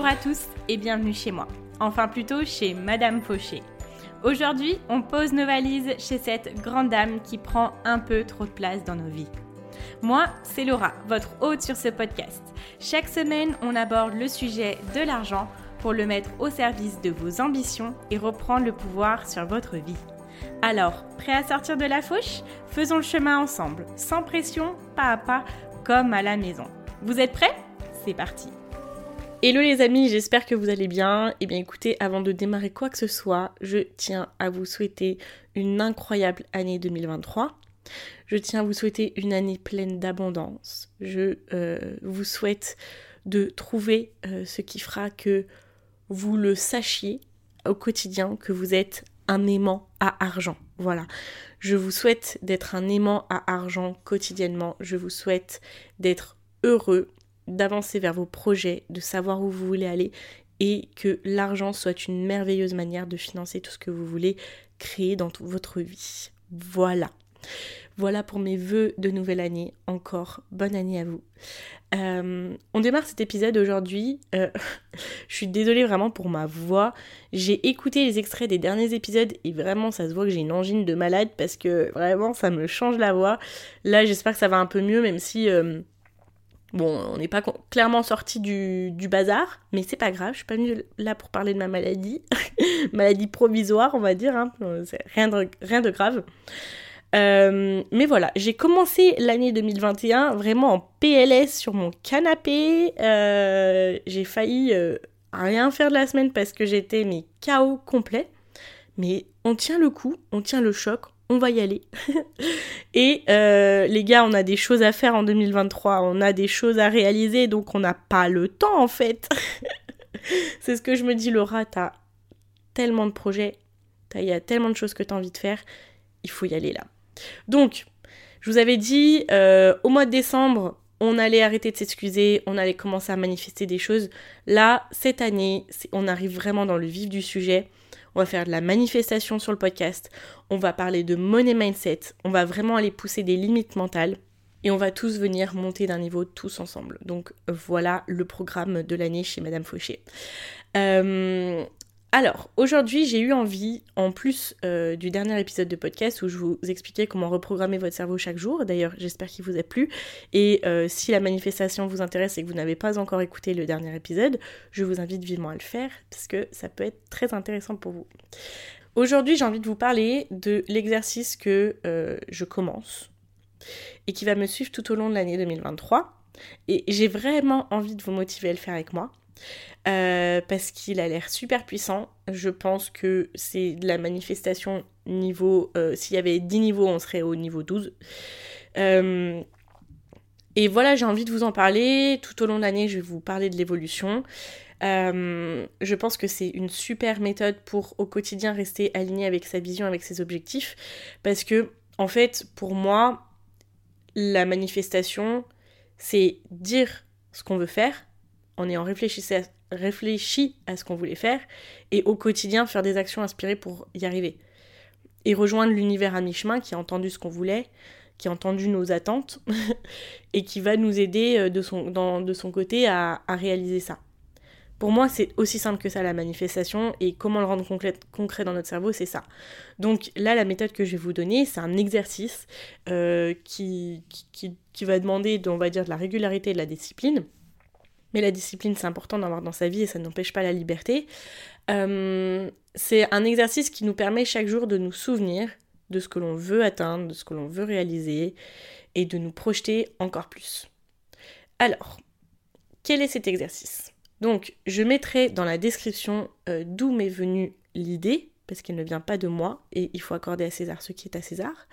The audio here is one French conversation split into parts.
Bonjour à tous et bienvenue chez moi. Enfin plutôt chez Madame Fauché. Aujourd'hui, on pose nos valises chez cette grande dame qui prend un peu trop de place dans nos vies. Moi, c'est Laura, votre hôte sur ce podcast. Chaque semaine, on aborde le sujet de l'argent pour le mettre au service de vos ambitions et reprendre le pouvoir sur votre vie. Alors, prêt à sortir de la fauche ? Faisons le chemin ensemble, sans pression, pas à pas, comme à la maison. Vous êtes prêts ? C'est parti. Hello les amis, j'espère que vous allez bien. Eh bien écoutez, avant de démarrer quoi que ce soit, je tiens à vous souhaiter une incroyable année 2023. Je tiens à vous souhaiter une année pleine d'abondance. Je vous souhaite de trouver ce qui fera que vous le sachiez au quotidien, que vous êtes un aimant à argent. Voilà. Je vous souhaite d'être un aimant à argent quotidiennement. Je vous souhaite d'être heureux, d'avancer vers vos projets, de savoir où vous voulez aller et que l'argent soit une merveilleuse manière de financer tout ce que vous voulez créer dans toute votre vie. Voilà. Voilà pour mes vœux de nouvelle année. Encore bonne année à vous. On démarre cet épisode aujourd'hui. Je suis désolée vraiment pour ma voix. J'ai écouté les extraits des derniers épisodes et vraiment ça se voit que j'ai une angine de malade parce que vraiment ça me change la voix. Là j'espère que ça va un peu mieux même si... Bon, on n'est pas clairement sorti du bazar, mais c'est pas grave, je suis pas venue là pour parler de ma maladie. Maladie provisoire, on va dire, hein. C'est rien de grave. Mais voilà, j'ai commencé l'année 2021 vraiment en PLS sur mon canapé. J'ai failli rien faire de la semaine parce que j'étais KO complet. Mais on tient le coup, on tient le choc, on va y aller. Et les gars, on a des choses à faire en 2023, on a des choses à réaliser, donc on n'a pas le temps en fait. C'est ce que je me dis, Laura, t'as tellement de projets, il y a tellement de choses que t'as envie de faire, il faut y aller là. Donc, je vous avais dit, au mois de décembre, on allait arrêter de s'excuser, on allait commencer à manifester des choses. Là, cette année, on arrive vraiment dans le vif du sujet. On va faire de la manifestation sur le podcast, on va parler de money mindset, on va vraiment aller pousser des limites mentales et on va tous venir monter d'un niveau tous ensemble. Donc voilà le programme de l'année chez Madame Fauché. Alors, aujourd'hui, j'ai eu envie, en plus du dernier épisode de podcast où je vous expliquais comment reprogrammer votre cerveau chaque jour, d'ailleurs j'espère qu'il vous a plu, et si la manifestation vous intéresse et que vous n'avez pas encore écouté le dernier épisode, je vous invite vivement à le faire, parce que ça peut être très intéressant pour vous. Aujourd'hui, j'ai envie de vous parler de l'exercice que je commence, et qui va me suivre tout au long de l'année 2023, et j'ai vraiment envie de vous motiver à le faire avec moi. Parce qu'il a l'air super puissant. Je pense que c'est de la manifestation niveau... s'il y avait 10 niveaux, on serait au niveau 12. Et voilà, j'ai envie de vous en parler. Tout au long de l'année, je vais vous parler de l'évolution. Je pense que c'est une super méthode pour, au quotidien, rester aligné avec sa vision, avec ses objectifs. Parce que, en fait, pour moi, la manifestation, c'est dire ce qu'on veut faire, en ayant réfléchi à ce qu'on voulait faire, et au quotidien faire des actions inspirées pour y arriver. Et rejoindre l'univers à mi-chemin qui a entendu ce qu'on voulait, qui a entendu nos attentes, et qui va nous aider de son côté à réaliser ça. Pour moi, c'est aussi simple que ça, la manifestation, et comment le rendre concret dans notre cerveau, c'est ça. Donc là, la méthode que je vais vous donner, c'est un exercice qui va demander, on va dire, de la régularité et de la discipline. Mais la discipline, c'est important d'en avoir dans sa vie et ça n'empêche pas la liberté. C'est un exercice qui nous permet chaque jour de nous souvenir de ce que l'on veut atteindre, de ce que l'on veut réaliser et de nous projeter encore plus. Alors, quel est cet exercice ? Donc, je mettrai dans la description d'où m'est venue l'idée, parce qu'elle ne vient pas de moi et il faut accorder à César ce qui est à César.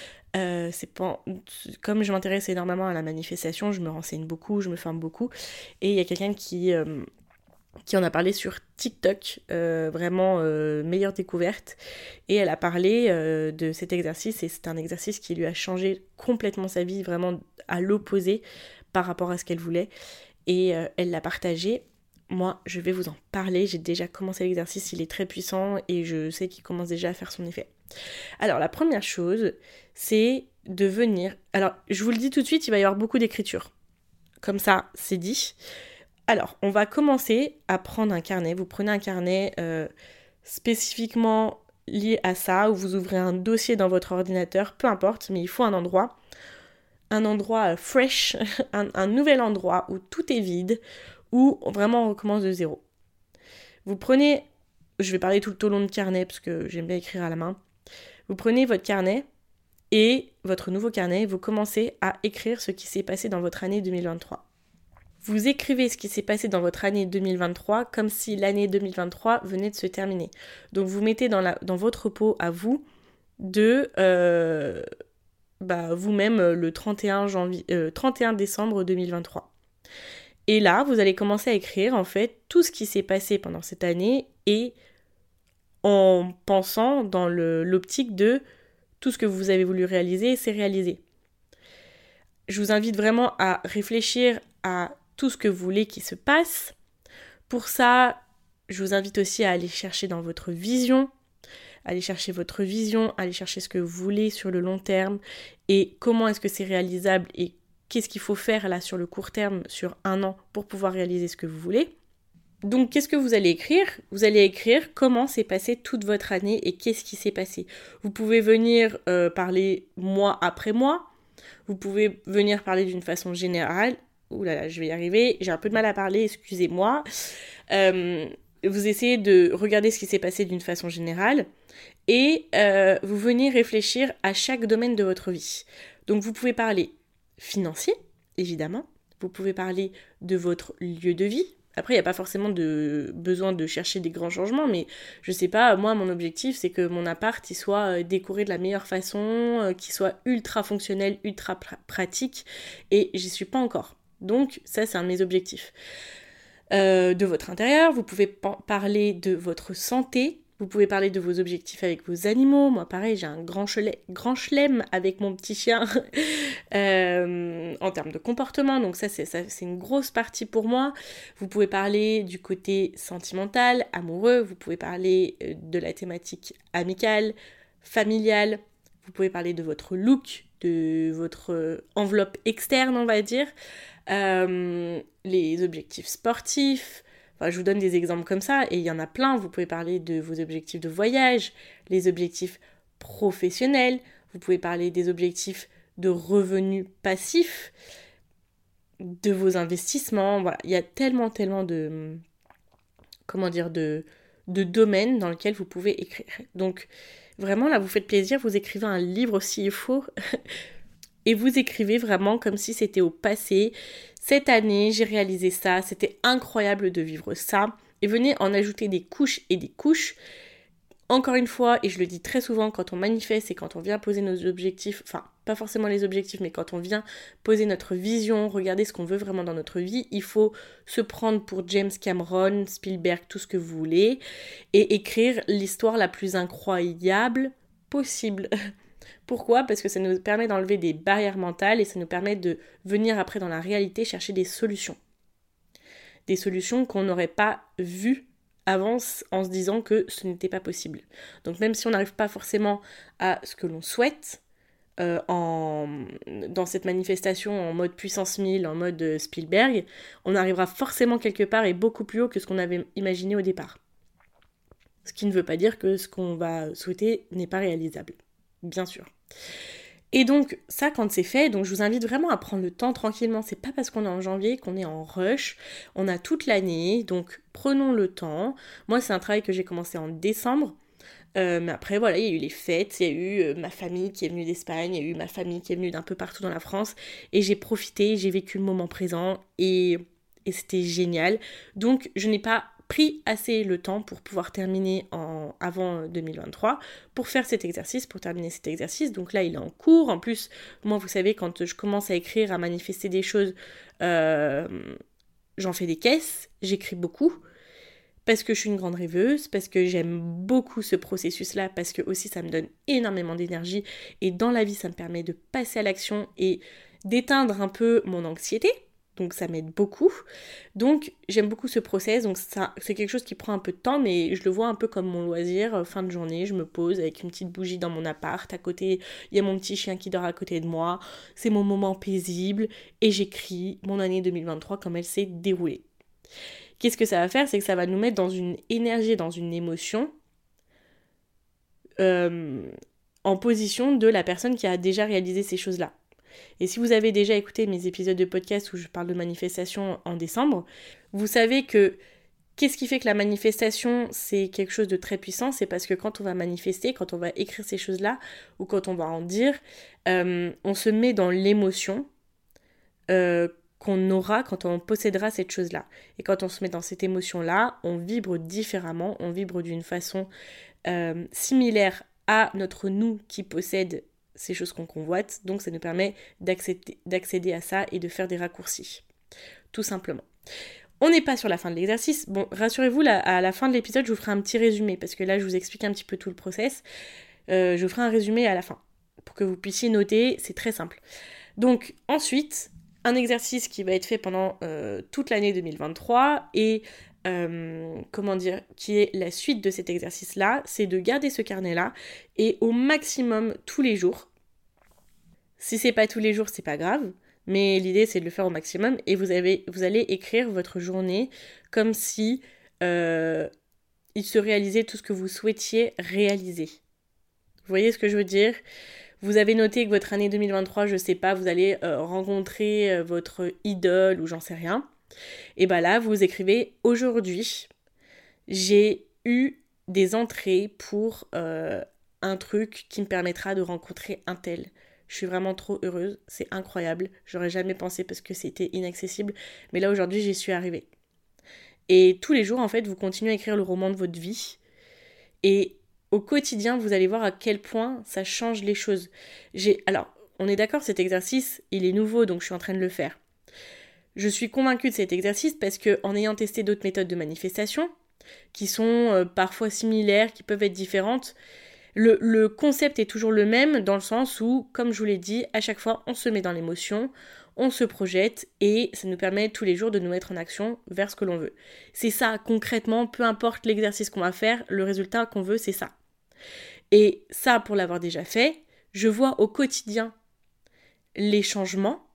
Comme je m'intéresse énormément à la manifestation, je me renseigne beaucoup, je me forme beaucoup, et il y a quelqu'un qui en a parlé sur TikTok, vraiment meilleure découverte, et elle a parlé de cet exercice, et c'est un exercice qui lui a changé complètement sa vie, vraiment à l'opposé par rapport à ce qu'elle voulait, et elle l'a partagé. Moi, je vais vous en parler, j'ai déjà commencé l'exercice, il est très puissant, et je sais qu'il commence déjà à faire son effet. Alors, la première chose, c'est de venir... Alors, je vous le dis tout de suite, il va y avoir beaucoup d'écriture. Comme ça, c'est dit. Alors, on va commencer à prendre un carnet. Vous prenez un carnet spécifiquement lié à ça, où vous ouvrez un dossier dans votre ordinateur, peu importe, mais il faut un endroit fresh, un nouvel endroit où tout est vide, où vraiment on recommence de zéro. Vous prenez, je vais parler tout au long de carnet parce que j'aime bien écrire à la main. Vous prenez votre carnet et votre nouveau carnet, vous commencez à écrire ce qui s'est passé dans votre année 2023. Vous écrivez ce qui s'est passé dans votre année 2023 comme si l'année 2023 venait de se terminer. Donc vous mettez dans votre peau à vous de vous-même le 31 décembre 2023. Et là, vous allez commencer à écrire en fait tout ce qui s'est passé pendant cette année et en pensant dans l'optique de tout ce que vous avez voulu réaliser, c'est réalisé. Je vous invite vraiment à réfléchir à tout ce que vous voulez qu'il se passe. Pour ça, je vous invite aussi à aller chercher dans votre vision, aller chercher votre vision, aller chercher ce que vous voulez sur le long terme et comment est-ce que c'est réalisable et qu'est-ce qu'il faut faire là sur le court terme, sur 1 an, pour pouvoir réaliser ce que vous voulez. Donc, qu'est-ce que vous allez écrire ? Vous allez écrire comment s'est passée toute votre année et qu'est-ce qui s'est passé. Vous pouvez venir parler mois après mois. Vous pouvez venir parler d'une façon générale. Ouh là là, je vais y arriver. J'ai un peu de mal à parler, excusez-moi. Vous essayez de regarder ce qui s'est passé d'une façon générale et vous venez réfléchir à chaque domaine de votre vie. Donc, vous pouvez parler financier, évidemment. Vous pouvez parler de votre lieu de vie. Après, il n'y a pas forcément besoin de chercher des grands changements, mais je sais pas, moi, mon objectif, c'est que mon appart, il soit décoré de la meilleure façon, qu'il soit ultra fonctionnel, ultra pratique, et j'y suis pas encore. Donc, ça, c'est un de mes objectifs. De votre intérieur, vous pouvez parler de votre santé, vous pouvez parler de vos objectifs avec vos animaux. Moi, pareil, j'ai un grand chelem avec mon petit chien en termes de comportement. Donc ça, c'est une grosse partie pour moi. Vous pouvez parler du côté sentimental, amoureux. Vous pouvez parler de la thématique amicale, familiale. Vous pouvez parler de votre look, de votre enveloppe externe, on va dire. Les objectifs sportifs. Enfin, je vous donne des exemples comme ça, et il y en a plein. Vous pouvez parler de vos objectifs de voyage, les objectifs professionnels, vous pouvez parler des objectifs de revenus passifs, de vos investissements. Voilà, il y a tellement de domaines dans lesquels vous pouvez écrire. Donc, vraiment, là, vous faites plaisir, vous écrivez un livre s'il faut, et vous écrivez vraiment comme si c'était au passé. Cette année, j'ai réalisé ça, c'était incroyable de vivre ça. Et venez en ajouter des couches et des couches. Encore une fois, et je le dis très souvent, quand on manifeste et quand on vient poser nos objectifs, enfin, pas forcément les objectifs, mais quand on vient poser notre vision, regarder ce qu'on veut vraiment dans notre vie, il faut se prendre pour James Cameron, Spielberg, tout ce que vous voulez, et écrire l'histoire la plus incroyable possible. Pourquoi ? Parce que ça nous permet d'enlever des barrières mentales et ça nous permet de venir après dans la réalité chercher des solutions. Des solutions qu'on n'aurait pas vues avant en se disant que ce n'était pas possible. Donc même si on n'arrive pas forcément à ce que l'on souhaite, dans cette manifestation en mode puissance 1000, en mode Spielberg, on arrivera forcément quelque part et beaucoup plus haut que ce qu'on avait imaginé au départ. Ce qui ne veut pas dire que ce qu'on va souhaiter n'est pas réalisable. Bien sûr. Et donc ça, quand c'est fait, donc je vous invite vraiment à prendre le temps tranquillement. C'est pas parce qu'on est en janvier qu'on est en rush. On a toute l'année, donc prenons le temps. Moi, c'est un travail que j'ai commencé en décembre. Mais après, voilà, il y a eu les fêtes, il y a eu ma famille qui est venue d'Espagne, il y a eu ma famille qui est venue d'un peu partout dans la France. Et j'ai profité, j'ai vécu le moment présent et c'était génial. Donc, je n'ai pas pris assez le temps pour pouvoir terminer avant 2023 pour faire cet exercice, pour terminer cet exercice. Donc là, il est en cours. En plus, moi, vous savez, quand je commence à écrire, à manifester des choses, j'en fais des caisses, j'écris beaucoup. Parce que je suis une grande rêveuse, parce que j'aime beaucoup ce processus-là, parce que aussi ça me donne énormément d'énergie et dans la vie, ça me permet de passer à l'action et d'éteindre un peu mon anxiété. Donc ça m'aide beaucoup. Donc j'aime beaucoup ce process. Donc ça, c'est quelque chose qui prend un peu de temps, mais je le vois un peu comme mon loisir. Fin de journée, je me pose avec une petite bougie dans mon appart. À côté, il y a mon petit chien qui dort à côté de moi. C'est mon moment paisible et j'écris mon année 2023 comme elle s'est déroulée. Qu'est-ce que ça va faire? C'est que ça va nous mettre dans une énergie, dans une émotion en position de la personne qui a déjà réalisé ces choses-là. Et si vous avez déjà écouté mes épisodes de podcast où je parle de manifestation en décembre, vous savez que qu'est-ce qui fait que la manifestation, c'est quelque chose de très puissant? C'est parce que quand on va manifester, quand on va écrire ces choses-là, ou quand on va en dire, on se met dans l'émotion qu'on aura quand on possédera cette chose-là. Et quand on se met dans cette émotion-là, on vibre différemment, on vibre d'une façon similaire à notre nous qui possède ces choses qu'on convoite. Donc ça nous permet d'accéder à ça et de faire des raccourcis. Tout simplement. On n'est pas sur la fin de l'exercice. Bon, rassurez-vous, à la fin de l'épisode, je vous ferai un petit résumé, parce que là, je vous explique un petit peu tout le process. Je vous ferai un résumé à la fin, pour que vous puissiez noter, c'est très simple. Donc, ensuite, un exercice qui va être fait pendant toute l'année 2023, et qui est la suite de cet exercice-là, c'est de garder ce carnet-là, et au maximum tous les jours. Si c'est pas tous les jours, c'est pas grave. Mais l'idée, c'est de le faire au maximum et vous allez écrire votre journée comme si il se réalisait tout ce que vous souhaitiez réaliser. Vous voyez ce que je veux dire? Vous avez noté que votre année 2023, je sais pas, vous allez rencontrer votre idole ou j'en sais rien. Et bien là, vous écrivez « Aujourd'hui, j'ai eu des entrées pour un truc qui me permettra de rencontrer un tel. » Je suis vraiment trop heureuse, c'est incroyable. J'aurais jamais pensé parce que c'était inaccessible. Mais là, aujourd'hui, j'y suis arrivée. Et tous les jours, en fait, vous continuez à écrire le roman de votre vie. Et au quotidien, vous allez voir à quel point ça change les choses. Alors, on est d'accord, cet exercice, il est nouveau, donc je suis en train de le faire. Je suis convaincue de cet exercice parce que, en ayant testé d'autres méthodes de manifestation, qui sont parfois similaires, qui peuvent être différentes, le concept est toujours le même dans le sens où, comme je vous l'ai dit, à chaque fois on se met dans l'émotion, on se projette et ça nous permet tous les jours de nous mettre en action vers ce que l'on veut. C'est ça concrètement, peu importe l'exercice qu'on va faire, le résultat qu'on veut c'est ça. Et ça, pour l'avoir déjà fait, je vois au quotidien les changements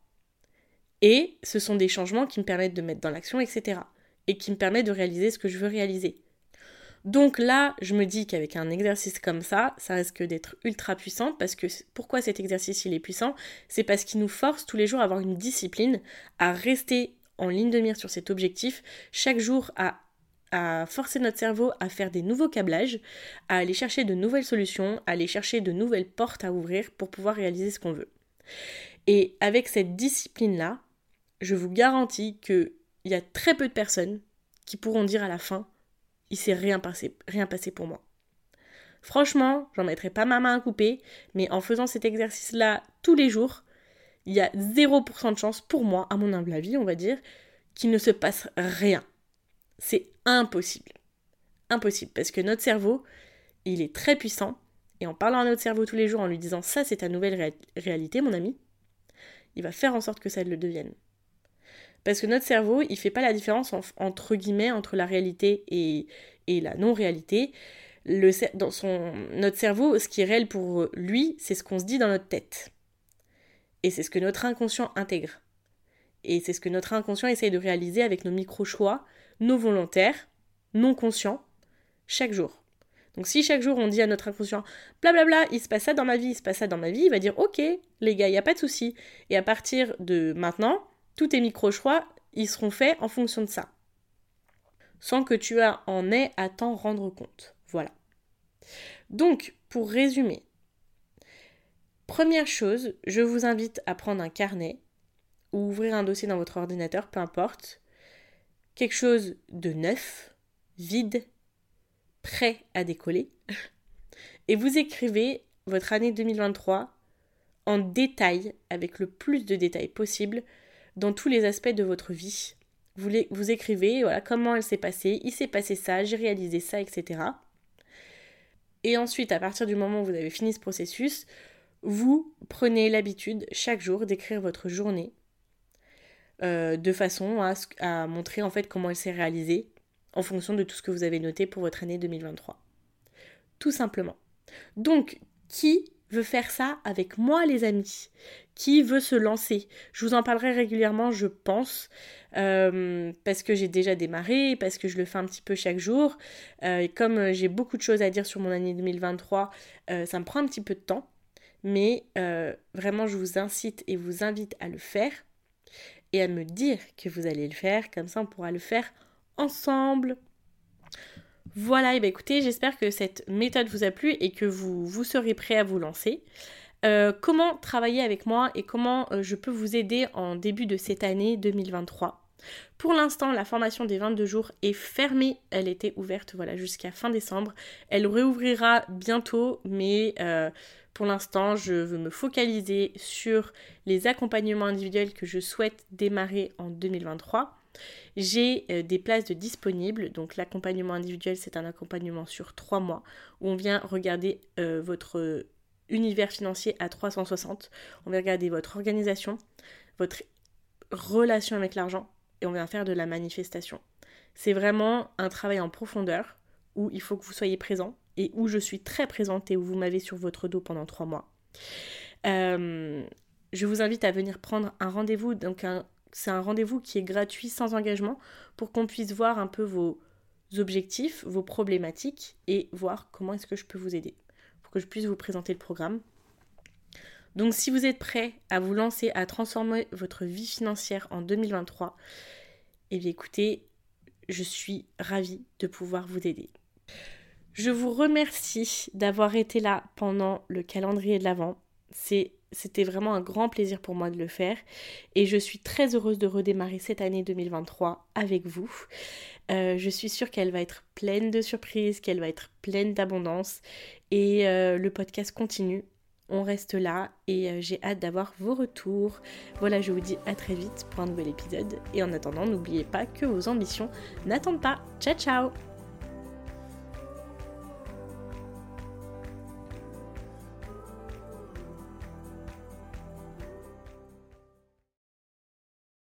et ce sont des changements qui me permettent de mettre dans l'action, etc. Et qui me permettent de réaliser ce que je veux réaliser. Donc là, je me dis qu'avec un exercice comme ça risque d'être ultra puissant parce que pourquoi cet exercice il est puissant? C'est parce qu'il nous force tous les jours à avoir une discipline, à rester en ligne de mire sur cet objectif, chaque jour à forcer notre cerveau à faire des nouveaux câblages, à aller chercher de nouvelles solutions, à aller chercher de nouvelles portes à ouvrir pour pouvoir réaliser ce qu'on veut. Et avec cette discipline-là, je vous garantis qu'il y a très peu de personnes qui pourront dire à la fin il s'est rien passé pour moi. Franchement, j'en mettrai pas ma main à couper, mais en faisant cet exercice-là tous les jours, il y a 0% de chance pour moi, à mon humble avis, on va dire, qu'il ne se passe rien. C'est impossible. Impossible, parce que notre cerveau, il est très puissant, et en parlant à notre cerveau tous les jours, en lui disant « ça, c'est ta nouvelle réalité, mon ami », il va faire en sorte que ça le devienne. Parce que notre cerveau, il fait pas la différence entre guillemets entre la réalité et la non-réalité. Notre cerveau, ce qui est réel pour lui, c'est ce qu'on se dit dans notre tête. Et c'est ce que notre inconscient intègre. Et c'est ce que notre inconscient essaye de réaliser avec nos micro-choix, nos volontaires, non conscients, chaque jour. Donc si chaque jour on dit à notre inconscient « blablabla, il se passe ça dans ma vie, il se passe ça dans ma vie », il va dire « ok, les gars, il n'y a pas de souci ». Et à partir de maintenant, tous tes micro-choix, ils seront faits en fonction de ça. Sans que tu en aies à t'en rendre compte. Voilà. Donc, pour résumer, première chose, je vous invite à prendre un carnet ou ouvrir un dossier dans votre ordinateur, peu importe. Quelque chose de neuf, vide, prêt à décoller. Et vous écrivez votre année 2023 en détail, avec le plus de détails possible, dans tous les aspects de votre vie. Vous écrivez voilà, comment elle s'est passée, il s'est passé ça, j'ai réalisé ça, etc. Et ensuite, à partir du moment où vous avez fini ce processus, vous prenez l'habitude chaque jour d'écrire votre journée de façon à montrer en fait comment elle s'est réalisée en fonction de tout ce que vous avez noté pour votre année 2023. Tout simplement. Donc, qui veut faire ça avec moi, les amis? Qui veut se lancer? Je vous en parlerai régulièrement, je pense, parce que j'ai déjà démarré, parce que je le fais un petit peu chaque jour. Et comme j'ai beaucoup de choses à dire sur mon année 2023, ça me prend un petit peu de temps. Mais vraiment, je vous incite et vous invite à le faire et à me dire que vous allez le faire. Comme ça, on pourra le faire ensemble. Voilà, et bien écoutez, j'espère que cette méthode vous a plu et que vous serez prêts à vous lancer. Comment travailler avec moi et comment je peux vous aider en début de cette année 2023. Pour l'instant, la formation des 22 jours est fermée. Elle était ouverte jusqu'à fin décembre. Elle réouvrira bientôt, mais pour l'instant, je veux me focaliser sur les accompagnements individuels que je souhaite démarrer en 2023. J'ai des places de disponibles, donc l'accompagnement individuel, c'est un accompagnement sur 3 mois où on vient regarder votre univers financier à 360. On va regarder votre organisation, votre relation avec l'argent et on vient faire de la manifestation. C'est vraiment un travail en profondeur où il faut que vous soyez présent et où je suis très présente et où vous m'avez sur votre dos pendant 3 mois. Je vous invite à venir prendre un rendez-vous, c'est un rendez-vous qui est gratuit, sans engagement, pour qu'on puisse voir un peu vos objectifs, vos problématiques et voir comment est-ce que je peux vous aider, pour que je puisse vous présenter le programme. Donc si vous êtes prêts à vous lancer, à transformer votre vie financière en 2023, eh bien écoutez, je suis ravie de pouvoir vous aider. Je vous remercie d'avoir été là pendant le calendrier de l'Avent. C'était vraiment un grand plaisir pour moi de le faire et je suis très heureuse de redémarrer cette année 2023 avec vous. Je suis sûre qu'elle va être pleine de surprises, qu'elle va être pleine d'abondance et le podcast continue. On reste là et j'ai hâte d'avoir vos retours. Voilà, je vous dis à très vite pour un nouvel épisode et en attendant, n'oubliez pas que vos ambitions n'attendent pas. Ciao ciao!